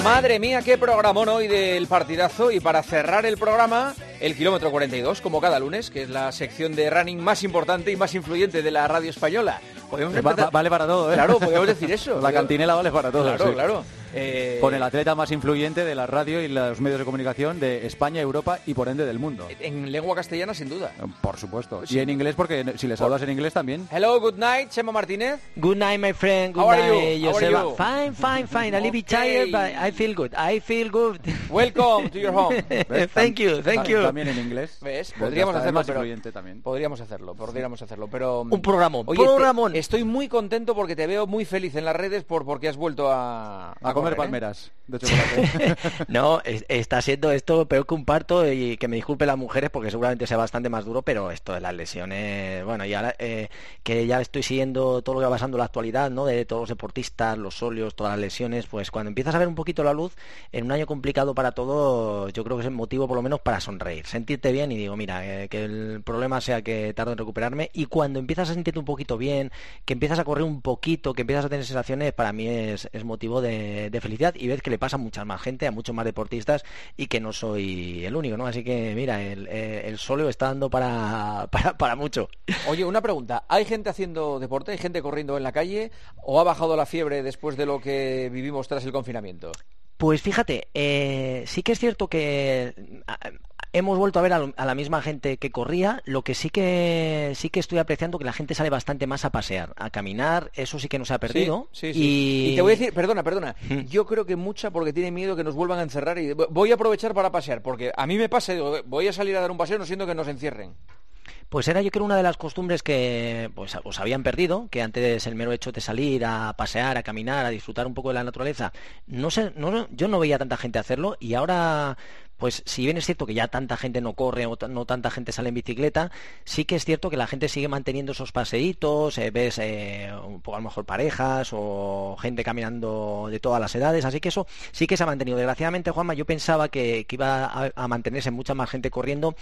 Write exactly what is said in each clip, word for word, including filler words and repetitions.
Madre mía, qué programón hoy del partidazo. Y para cerrar el programa, el kilómetro cuarenta y dos, como cada lunes, que es la sección de running más importante y más influyente de la radio española. Podemos empezar... va, vale para todo, ¿eh? Claro, podemos decir eso. La cantinela vale para todo. Claro, sí. claro. Eh... Con el atleta más influyente de la radio y los medios de comunicación de España, Europa y por ende del mundo. En lengua castellana, sin duda. Por supuesto. Sí. Y en inglés, porque si les hablas en inglés también. Hello, good night, Chema Martínez. Good night, my friend. Good How are night, you? How are Joseba. you? Fine, fine, fine. A little bit tired, but I feel good. I feel good. Welcome to your home. Thank you, thank you. También en inglés. ¿Ves? ¿Ves? Podríamos hacerlo, más pero... influyente también. Podríamos hacerlo, podríamos hacerlo, pero... Un programón, Oye, programón. Te, estoy muy contento porque te veo muy feliz en las redes por porque has vuelto a... A, a comer correr, palmeras ¿eh? de chocolate. No, es, está siendo esto peor que un parto, y que me disculpen las mujeres porque seguramente sea bastante más duro, pero esto de las lesiones, bueno, y ahora eh, que ya estoy siguiendo todo lo que va pasando en la actualidad, ¿no? De todos los deportistas, los óleos, todas las lesiones, pues cuando empiezas a ver un poquito la luz en un año complicado para todo, yo creo que es el motivo por lo menos para sonreír, sentirte bien y digo, mira, eh, que el problema sea que tardo en recuperarme, y cuando empiezas a sentirte un poquito bien, que empiezas a correr un poquito, que empiezas a tener sensaciones, para mí es, es motivo de, de felicidad, y ves que le pasa a mucha más gente, a muchos más deportistas, y que no soy el único, ¿no? Así que mira, el, el sóleo está dando para, para, para mucho. Oye, una pregunta, ¿hay gente haciendo deporte, hay gente corriendo en la calle, o ha bajado la fiebre después de lo que vivimos tras el confinamiento? Pues fíjate, eh, sí que es cierto que hemos vuelto a ver a, a la misma gente que corría. Lo que sí que sí que estoy apreciando que la gente sale bastante más a pasear, a caminar. Eso sí que no se ha perdido. Sí, sí, sí. Y... y te voy a decir, perdona, perdona. Yo creo que mucha porque tiene miedo que nos vuelvan a encerrar y voy a aprovechar para pasear, porque a mí me pasa, digo, voy a salir a dar un paseo no siendo que nos encierren. Pues era, yo creo, una de las costumbres que pues os habían perdido, que antes el mero hecho de salir a pasear, a caminar, a disfrutar un poco de la naturaleza, no sé, no, yo no veía tanta gente hacerlo, y ahora, pues si bien es cierto que ya tanta gente no corre o no tanta gente sale en bicicleta, sí que es cierto que la gente sigue manteniendo esos paseitos, eh, ves eh, un poco a lo mejor parejas o gente caminando de todas las edades, así que eso sí que se ha mantenido. Desgraciadamente, Juanma, yo pensaba que, que iba a, a mantenerse mucha más gente corriendo,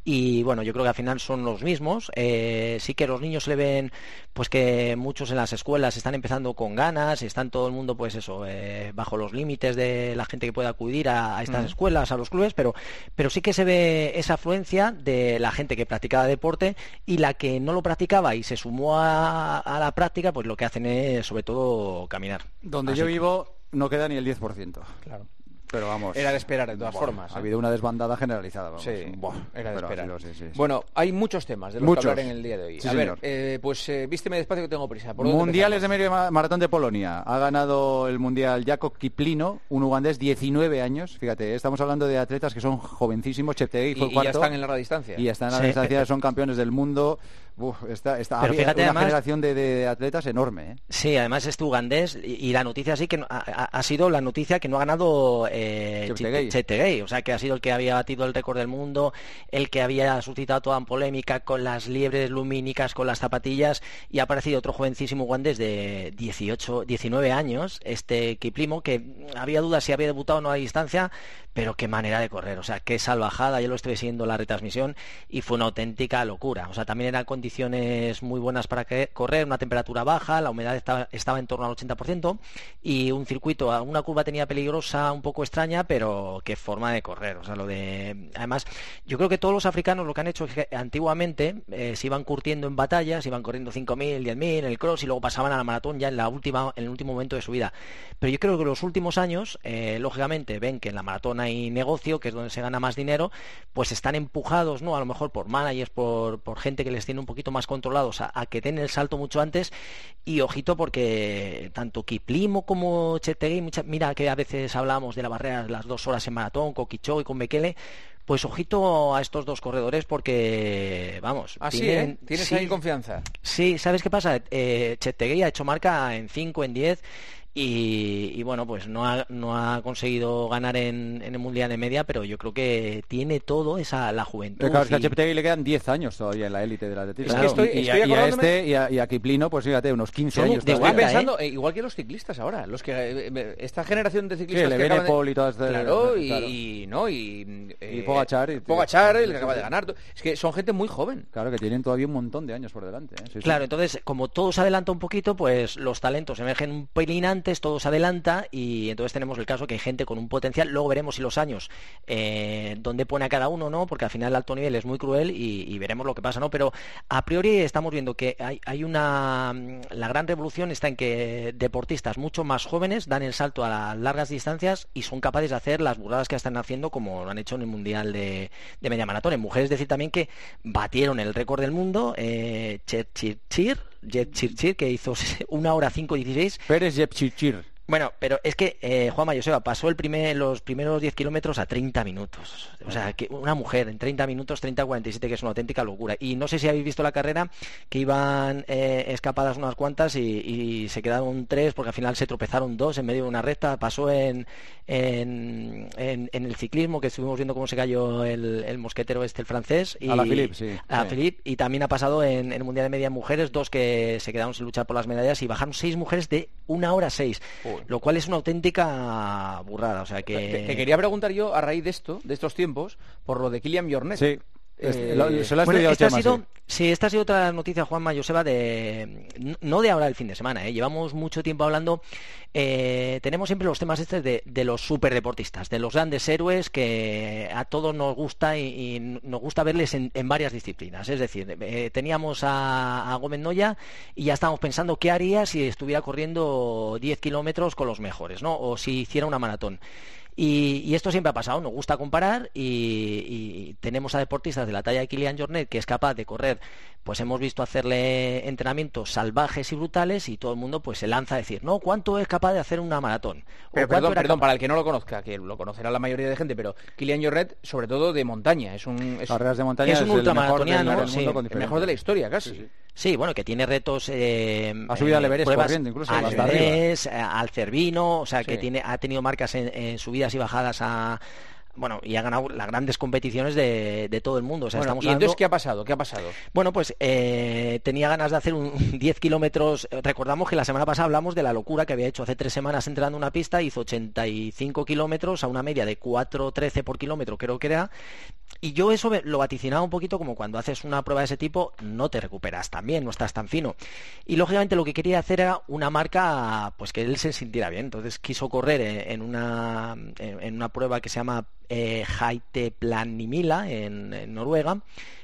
y bueno, yo creo que al final son los mismos. Eh, sí que los niños le ven pues que muchos en las escuelas están empezando con ganas, están todo el mundo pues eso, eh, bajo los límites de la gente que puede acudir a, a estas mm. escuelas, a los clubes, pero, pero sí que se ve esa afluencia de la gente que practicaba deporte, y la que no lo practicaba y se sumó a, a la práctica, pues lo que hacen es sobre todo caminar. Donde Así yo que... vivo no queda ni el diez por ciento. Claro. Pero vamos, era de esperar de todas bueno, formas. Ha ¿eh? habido una desbandada generalizada. Vamos. Sí, Buah, era de esperar. Sí, sí, sí. Bueno, hay muchos temas de los muchos. que hablar en el día de hoy. Sí, a señor. ver, eh, pues eh, vísteme despacio que tengo prisa. ¿Por Mundiales de medio maratón de Polonia. Ha ganado el mundial Jakob Kiplino, un ugandés, diecinueve años. Fíjate, estamos hablando de atletas que son jovencísimos. Cheptegei fue y, el cuarto. Y ya están en la distancia. Y ya están en la sí. distancia, son campeones del mundo. Uf, está, está Pero fíjate, una además, generación de, de atletas enorme, ¿eh? Sí, además es ugandés, y, y la noticia sí que no, ha, ha sido la noticia que no ha ganado eh, Cheptegei. Cheptegei, o sea que ha sido el que había batido el récord del mundo, el que había suscitado toda polémica con las liebres lumínicas, con las zapatillas, y ha aparecido otro jovencísimo ugandés de dieciocho, diecinueve años, este Kiplimo, que había dudas si había debutado o no a distancia, pero qué manera de correr, o sea, qué salvajada. Yo lo estuve siguiendo la retransmisión y fue una auténtica locura, o sea, también eran condiciones muy buenas para que, correr, una temperatura baja, la humedad estaba, estaba en torno al ochenta por ciento, y un circuito, una curva tenía peligrosa, un poco extraña, pero qué forma de correr, o sea, lo de... Además, yo creo que todos los africanos lo que han hecho es que antiguamente eh, se iban curtiendo en batallas, iban corriendo cinco mil, diez mil en el cross, y luego pasaban a la maratón ya en la última, en el último momento de su vida. Pero yo creo que los últimos años, eh, lógicamente, ven que en la maratón hay negocio, que es donde se gana más dinero, pues están empujados, ¿no? A lo mejor por managers, por, por gente que les tiene un poquito más controlados a, a que den el salto mucho antes. Y ojito, porque tanto Kiplimo como Cheptegei, mucha, mira que a veces hablamos de la barrera de las dos horas en maratón con Kipchoge y con Bekele, pues ojito a estos dos corredores, porque vamos, ah, tienen, sí, ¿eh? ¿Tienes sí, ahí confianza? Sí, ¿sabes qué pasa? Eh, Cheptegei ha hecho marca en cinco, en diez, Y, y bueno, pues no ha, no ha conseguido ganar en, en el Mundial de Media, pero yo creo que tiene todo esa la juventud. Claro, es que a y... Cheptegei le quedan diez años todavía en la élite del atletismo. Es que estoy, y, estoy y, a, y a este y a, y a Kiplino, pues fíjate, unos quince Son años de todavía. Estoy Uganda, pensando, eh, igual que los ciclistas ahora, los que eh, esta generación de Sí, ciclistas le que viene acaban de... Paul y todas de... Claro, y, claro. y no y, eh, y Pogačar y, Pogačar, el que sí, acaba sí. de ganar. Es que son gente muy joven. Claro, que tienen todavía un montón de años por delante, ¿eh? Sí, claro, sí. entonces, como todo se adelanta un poquito, pues los talentos emergen un pelín antes antes, todo se adelanta y entonces tenemos el caso que hay gente con un potencial. Luego veremos si los años, eh, dónde pone a cada uno, ¿no? Porque al final el alto nivel es muy cruel y, y veremos lo que pasa, ¿no? Pero a priori estamos viendo que hay, hay una... La gran revolución está en que deportistas mucho más jóvenes dan el salto a las largas distancias y son capaces de hacer las burradas que están haciendo, como lo han hecho en el Mundial de, de Media Maratón. En mujeres, decir también que batieron el récord del mundo, eh, Chirchir, Chirchir, que hizo una hora cinco dieciséis. Pérez Chirchir. Bueno, pero es que eh, Juanma Joseba pasó el primer, los primeros diez kilómetros a treinta minutos. O sea, que una mujer en treinta minutos, treinta cuarenta y siete, que es una auténtica locura. Y no sé si habéis visto la carrera, que iban eh, escapadas unas cuantas y, y se quedaron tres, porque al final se tropezaron dos en medio de una recta. Pasó en, en, en, en el ciclismo, que estuvimos viendo cómo se cayó el, el mosquetero este, el francés. Y, a la Philippe, sí. A sí. Philippe, y también ha pasado en, en el Mundial de Media Mujeres, dos que se quedaron sin luchar por las medallas y bajaron seis mujeres de una hora seis. Oh. Lo cual es una auténtica burrada, o sea que... Te, te quería preguntar yo, a raíz de esto, de estos tiempos, por lo de Kilian Jornet. Sí. Eh, lo, se lo ha bueno, esta Chema, ha sido, sí. sí, esta ha sido otra noticia, Juanma Joseba, de no de ahora del fin de semana, ¿eh? Llevamos mucho tiempo hablando, eh, tenemos siempre los temas estos de, de los superdeportistas, de los grandes héroes que a todos nos gusta y, y nos gusta verles en, en varias disciplinas. Es decir, eh, teníamos a, a Gómez Noya y ya estábamos pensando qué haría si estuviera corriendo diez kilómetros con los mejores, ¿no? O si hiciera una maratón. Y, y esto siempre ha pasado, nos gusta comparar y, y tenemos a deportistas de la talla de Kilian Jornet que es capaz de correr, pues hemos visto hacerle entrenamientos salvajes y brutales y todo el mundo pues se lanza a decir, no, ¿cuánto es capaz de hacer una maratón? Pero perdón, perdón, para el que no lo conozca, que lo conocerá la mayoría de gente, pero Kilian Jornet, sobre todo de montaña, es un... Es, carreras de montaña, es un ultramaratoniano, sí, el mejor de la historia, casi. Sí, sí. Sí, bueno, que tiene retos... Eh, ha subido eh, al Everest corriendo, incluso. Al hasta Everest, al Cervino, o sea, sí. que tiene ha tenido marcas en, en subidas y bajadas a... Bueno, y ha ganado las grandes competiciones de, de todo el mundo. O sea, bueno, estamos ¿y hablando... entonces qué ha pasado? ¿Qué ha pasado? Bueno, pues eh, tenía ganas de hacer un diez kilómetros. Recordamos que la semana pasada hablamos de la locura que había hecho hace tres semanas entrenando una pista. Hizo ochenta y cinco kilómetros a una media de cuatro trece por kilómetro, creo que era. Y yo eso lo vaticinaba un poquito como cuando haces una prueba de ese tipo, no te recuperas tan bien, no estás tan fino. Y lógicamente lo que quería hacer era una marca, pues que él se sintiera bien. Entonces quiso correr en una, en una prueba que se llama eh, Haiteplanimila en, en Noruega.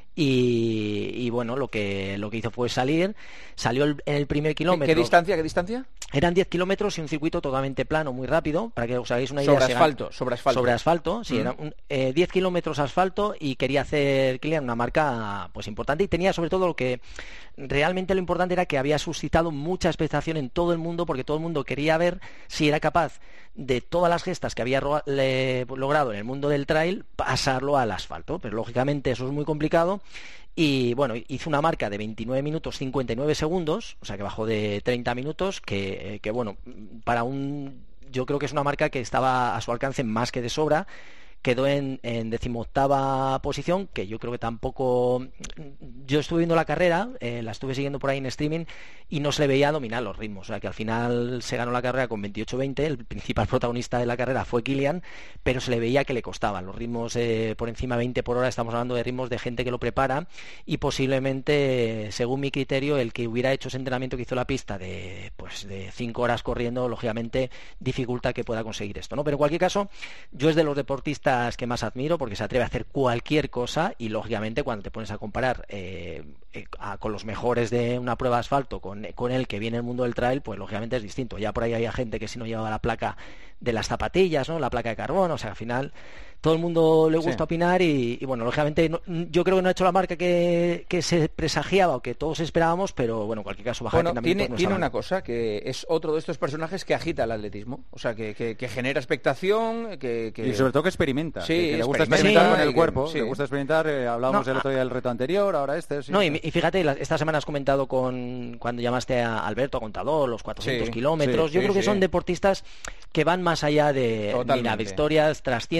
Y, y bueno, lo que lo que hizo fue salir, salió el, en el primer kilómetro. ¿Qué, qué distancia? ¿Qué distancia? Eran diez kilómetros y un circuito totalmente plano, muy rápido, para que os hagáis una idea. Sobre asfalto, sobre asfalto. Sobre asfalto, sí, Mm. eran un, eh, diez kilómetros asfalto y quería hacer Kilian una marca pues importante y tenía sobre todo lo que realmente lo importante era que había suscitado mucha expectación en todo el mundo porque todo el mundo quería ver si era capaz de todas las gestas que había ro- le, logrado en el mundo del trail pasarlo al asfalto, pero lógicamente eso es muy complicado. Y bueno, hizo una marca de veintinueve minutos cincuenta y nueve segundos, o sea que bajó de treinta minutos, que, que bueno, para un... yo creo que es una marca que estaba a su alcance más que de sobra. Quedó en, en decimoctava posición, que yo creo que tampoco... Yo estuve viendo la carrera, eh, la estuve siguiendo por ahí en streaming, y no se le veía dominar los ritmos. O sea, que al final se ganó la carrera con veintiocho veinte, el principal protagonista de la carrera fue Kilian, pero se le veía que le costaban. Los ritmos eh, por encima de veinte por hora, estamos hablando de ritmos de gente que lo prepara, y posiblemente, según mi criterio, el que hubiera hecho ese entrenamiento que hizo la pista de pues de cinco horas corriendo, lógicamente dificulta que pueda conseguir esto, ¿no? Pero en cualquier caso, yo es de los deportistas que más admiro porque se atreve a hacer cualquier cosa y lógicamente cuando te pones a comparar eh, eh, a, con los mejores de una prueba de asfalto con, con el que viene el mundo del trail, pues lógicamente es distinto. Ya por ahí había gente que si no llevaba la placa de las zapatillas, ¿no? La placa de carbón, o sea, al final todo el mundo le gusta sí. opinar y, y bueno, lógicamente no, yo creo que no ha hecho la marca que, que se presagiaba o que todos esperábamos, pero bueno, en cualquier caso bajar bueno, tiene, no tiene una cosa que es otro de estos personajes que agita el atletismo, o sea, que, que, que genera expectación, que, que... y sobre todo que experimenta, sí, que, que le gusta experimentar sí, con el cuerpo, sí. le gusta experimentar, eh, hablábamos no, el otro día del reto anterior, ahora este. Sí, no, y, y fíjate, la, esta semana has comentado con cuando llamaste a Alberto, a Contador, los cuatrocientos sí, kilómetros, sí, yo sí, creo que sí. son deportistas que van más allá de mira, victorias, trascienden a todo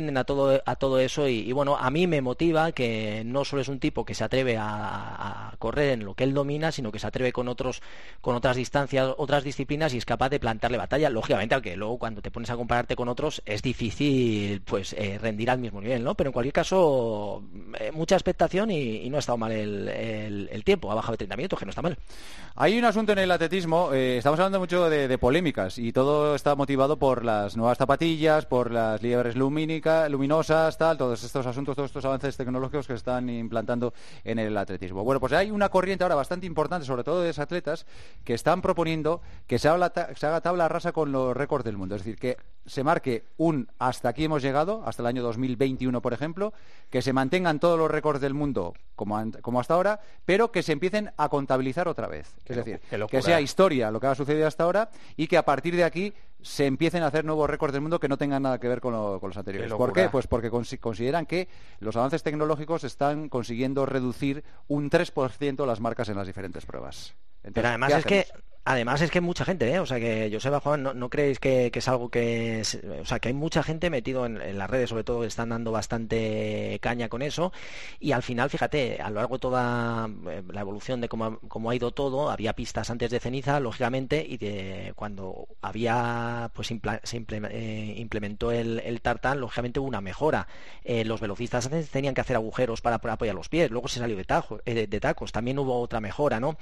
todo, a todo eso y, y bueno, a mí me motiva que no solo es un tipo que se atreve a, a correr en lo que él domina, sino que se atreve con otros con otras distancias, otras disciplinas y es capaz de plantarle batalla, lógicamente, aunque luego cuando te pones a compararte con otros es difícil pues eh, rendir al mismo nivel, ¿no? Pero en cualquier caso, eh, mucha expectación y, y no ha estado mal el, el, el tiempo, ha bajado de treinta minutos, que no está mal. Hay un asunto en el atletismo, eh, estamos hablando mucho de, de polémicas y todo está motivado por las nuevas zapatillas, por las liebres lumínica, luminosas, tal, todos estos asuntos, todos estos avances tecnológicos que están implantando en el atletismo. Bueno, pues hay una corriente ahora bastante importante, sobre todo de atletas, que están proponiendo que se haga, se haga tabla rasa con los récords del mundo, es decir, que se marque un hasta aquí hemos llegado, hasta el año dos mil veintiuno, por ejemplo, que se mantengan todos los récords del mundo como, como hasta ahora, pero que se empiecen a contabilizar otra vez. Es decir, que sea historia lo que ha sucedido hasta ahora y que a partir de aquí se empiecen a hacer nuevos récords del mundo que no tengan nada que ver con, lo, con los anteriores. Qué ¿Por qué? Pues porque cons consideran que los avances tecnológicos están consiguiendo reducir un tres por ciento las marcas en las diferentes pruebas. Entonces, pero además es que Además es que hay mucha gente, ¿eh? O sea que Joseba, Juan, no, no creéis que, que es algo que es, o sea que hay mucha gente metido en, en las redes, sobre todo, que están dando bastante caña con eso y al final, fíjate, a lo largo de toda eh, la evolución de cómo, cómo ha ido todo, había pistas antes de ceniza, lógicamente, y de, cuando había pues impla, se imple, eh, implementó el, el tartán, lógicamente hubo una mejora. Eh, los velocistas antes tenían que hacer agujeros para, para apoyar los pies, luego se salió de, tajo, eh, de, de tacos, también hubo otra mejora, ¿no?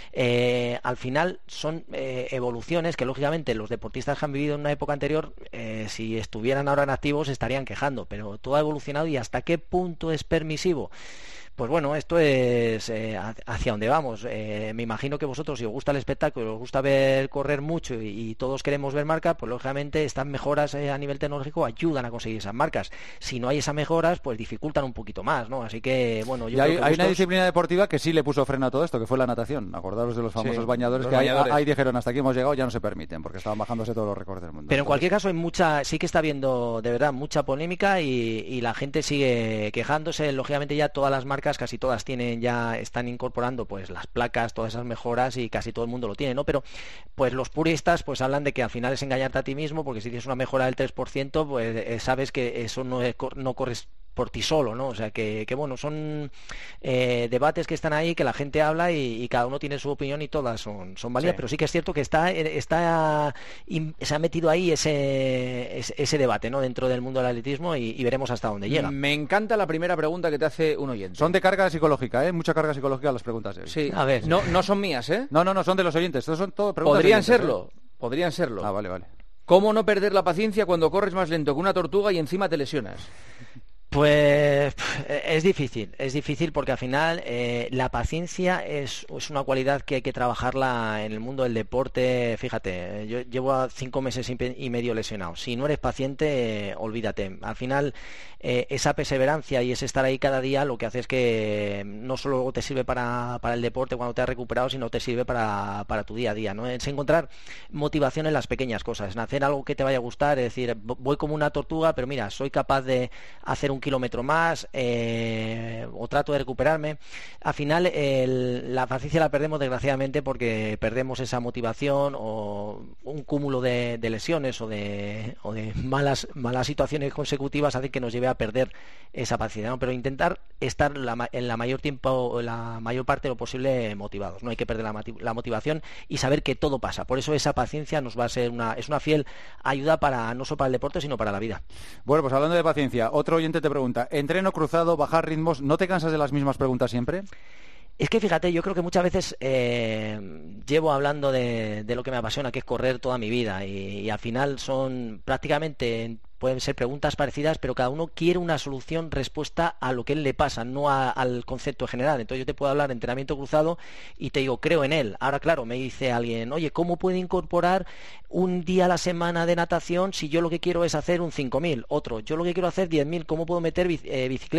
Eh, al final son eh, evoluciones que lógicamente los deportistas que han vivido en una época anterior, eh, si estuvieran ahora en activos estarían quejando, pero todo ha evolucionado y hasta qué punto es permisivo. Pues bueno, esto es eh, hacia dónde vamos. Eh, me imagino que vosotros, si os gusta el espectáculo, os gusta ver correr mucho y, y todos queremos ver marcas, pues lógicamente estas mejoras eh, a nivel tecnológico ayudan a conseguir esas marcas. Si no hay esas mejoras, pues dificultan un poquito más, ¿no? Así que, bueno, yo y hay, creo que hay gustos... una disciplina deportiva que sí le puso freno a todo esto, que fue la natación. Acordaros de los famosos sí, bañadores los que bañadores. Ahí, ahí dijeron hasta aquí hemos llegado, ya no se permiten, porque estaban bajándose todos los récords del mundo. Pero en Entonces... cualquier caso hay mucha, sí que está habiendo de verdad mucha polémica y, y la gente sigue quejándose. Lógicamente ya todas las marcas, casi todas tienen ya están incorporando pues las placas, todas esas mejoras y casi todo el mundo lo tiene, ¿no? Pero pues los puristas pues hablan de que al final es engañarte a ti mismo, porque si tienes una mejora del tres por ciento pues eh, sabes que eso no, es, no corres por ti solo, ¿no? O sea que, que bueno, son eh, debates que están ahí, que la gente habla y, y cada uno tiene su opinión y todas son, son válidas, sí. Pero sí que es cierto que está, está in, se ha metido ahí ese, ese, ese debate, ¿no? Dentro del mundo del atletismo y, y veremos hasta dónde llega. Me encanta la primera pregunta que te hace un oyente. Son de carga psicológica, ¿eh? Mucha carga psicológica las preguntas de hoy. Sí, a ver. No, no son mías, ¿eh? No, no, no, son de los oyentes. Estos son todo preguntas Podrían oyentes, serlo, ¿eh? podrían serlo. Ah, vale, vale. ¿Cómo no perder la paciencia cuando corres más lento que una tortuga y encima te lesionas? Pues es difícil, es difícil porque al final eh, la paciencia es, es una cualidad que hay que trabajarla en el mundo del deporte. Fíjate, yo llevo cinco meses y medio lesionado. Si no eres paciente, eh, olvídate. Al final eh, esa perseverancia y ese estar ahí cada día lo que hace es que no solo te sirve para, para el deporte cuando te has recuperado, sino te sirve para, para tu día a día, ¿no? Es encontrar motivación en las pequeñas cosas, en hacer algo que te vaya a gustar, es decir, voy como una tortuga, pero mira, soy capaz de hacer un kilómetro más eh, o trato de recuperarme. Al final el, la paciencia la perdemos desgraciadamente porque perdemos esa motivación o un cúmulo de, de lesiones o de, o de malas, malas situaciones consecutivas hace que nos lleve a perder esa paciencia, ¿no? Pero intentar estar la, en la mayor tiempo, la mayor parte de lo posible motivados. No hay que perder la, la motivación y saber que todo pasa. Por eso esa paciencia nos va a ser una, es una fiel ayuda para no solo para el deporte sino para la vida. Bueno, pues hablando de paciencia, otro oyente te pregunta, entreno cruzado, bajar ritmos, ¿no te cansas de las mismas preguntas siempre? Es que fíjate, yo creo que muchas veces eh, llevo hablando de, de lo que me apasiona, que es correr toda mi vida y, y al final son prácticamente... pueden ser preguntas parecidas, pero cada uno quiere una solución, respuesta a lo que él le pasa, no a, al concepto general. Entonces yo te puedo hablar de entrenamiento cruzado y te digo, creo en él. Ahora, claro, me dice alguien, oye, ¿cómo puedo incorporar un día a la semana de natación si yo lo que quiero es hacer un cinco mil? Otro, yo lo que quiero hacer diez mil, ¿cómo puedo meter eh, bicicleta?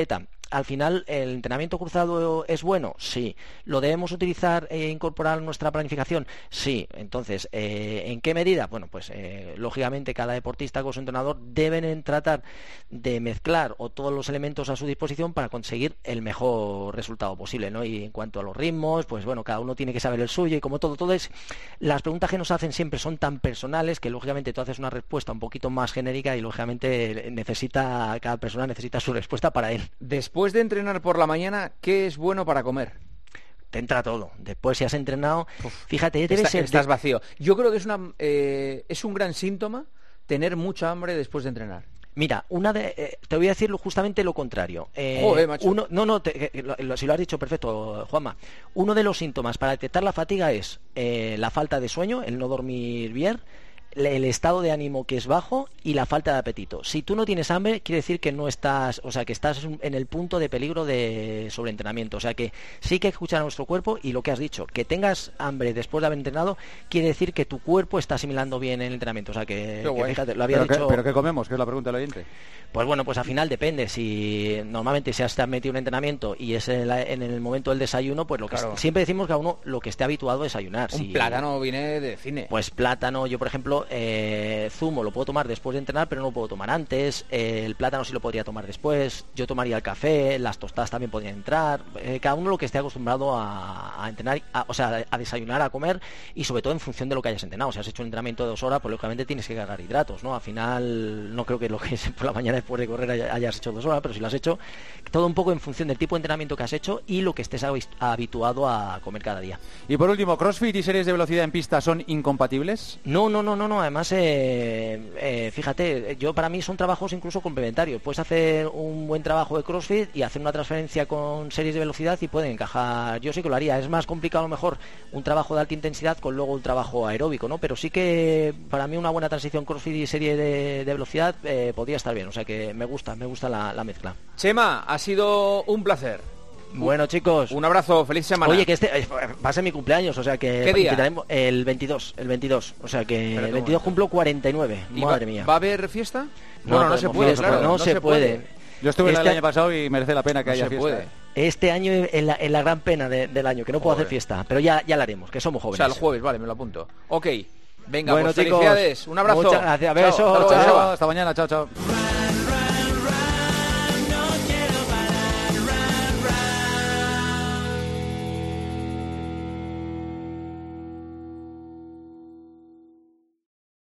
al final, ¿el entrenamiento cruzado es bueno? Sí. ¿Lo debemos utilizar e incorporar en nuestra planificación? Sí. Entonces, eh, ¿en qué medida? Bueno, pues eh, lógicamente cada deportista con su entrenador deben tratar de mezclar o todos los elementos a su disposición para conseguir el mejor resultado posible, ¿no? Y en cuanto a los ritmos, pues bueno, cada uno tiene que saber el suyo y como todo, todo es... Las preguntas que nos hacen siempre son tan personales que lógicamente tú haces una respuesta un poquito más genérica y lógicamente necesita, cada persona necesita su respuesta para él. Después de entrenar por la mañana, ¿qué es bueno para comer? Te entra todo. Después, si has entrenado, Uf, fíjate, debe está, ser... Estás vacío. Yo creo que es, una, eh, es un gran síntoma tener mucha hambre después de entrenar. Mira, una de, eh, te voy a decir justamente lo contrario. Eh, Joder, macho. Uno, no, no, te, eh, lo, lo, si lo has dicho perfecto, Juanma. Uno de los síntomas para detectar la fatiga es eh, la falta de sueño, el no dormir bien, el estado de ánimo que es bajo y la falta de apetito. Si tú no tienes hambre, quiere decir que no estás, o sea, que estás en el punto de peligro de sobreentrenamiento. O sea, que sí que escuchar a nuestro cuerpo y lo que has dicho, que tengas hambre después de haber entrenado, quiere decir que tu cuerpo está asimilando bien el entrenamiento. O sea, que, que fíjate, lo había ¿Pero dicho... Qué, ¿Pero qué comemos? Que es la pregunta del oyente. Pues bueno, pues al final depende. Si normalmente si has metido un entrenamiento y es en, la, en el momento del desayuno, pues lo que claro. es, siempre decimos que a uno lo que esté habituado a desayunar. Un si, plátano viene de cine. Pues plátano, yo por ejemplo, eh, zumo lo puedo tomar después de entrenar, pero no lo puedo tomar antes. Eh, el plátano sí lo podría tomar después. Yo tomaría el café, las tostadas también podrían entrar. Eh, cada uno lo que esté acostumbrado a, a entrenar, a, o sea, a desayunar, a comer y sobre todo en función de lo que hayas entrenado. Si has hecho un entrenamiento de dos horas, pues lógicamente tienes que cargar hidratos, ¿no? Al final, no creo que lo que es por la mañana después de correr hayas hecho dos horas, pero si lo has hecho, todo un poco en función del tipo de entrenamiento que has hecho y lo que estés habituado a comer cada día. Y por último, ¿CrossFit y series de velocidad en pista son incompatibles? No, no, no, no, no. Además, eh, eh, fíjate, yo para mí son trabajos incluso complementarios. Puedes hacer un buen trabajo de CrossFit y hacer una transferencia con series de velocidad y pueden encajar. Yo sí que lo haría. Es más complicado a lo mejor un trabajo de alta intensidad con luego un trabajo aeróbico, ¿no? Pero sí que para mí una buena transición CrossFit y serie de, de velocidad eh, podría estar bien. O sea que me gusta, me gusta la, la mezcla. Chema, ha sido un placer. Bueno, chicos, un abrazo, feliz semana. Oye, que este va a ser mi cumpleaños, o sea que ¿qué día? El veintidós, el veintidós, o sea que el veintidós cumplo cuarenta y nueve. Madre va, mía. ¿Va a haber fiesta? No, bueno, no se puede, fiesta, claro, no, no se, se puede. puede. Yo estuve este el año pasado y merece la pena que no haya se fiesta. Puede. Este año en la, en la gran pena de, del año, que no puedo Joder. hacer fiesta, pero ya, ya la haremos, que somos jóvenes. O sea, el jueves, vale, me lo apunto. Ok, venga, bueno, pues chicos, felicidades, un abrazo. Muchas gracias, besos. Chao, chao, chao, chao, hasta mañana, chao, chao.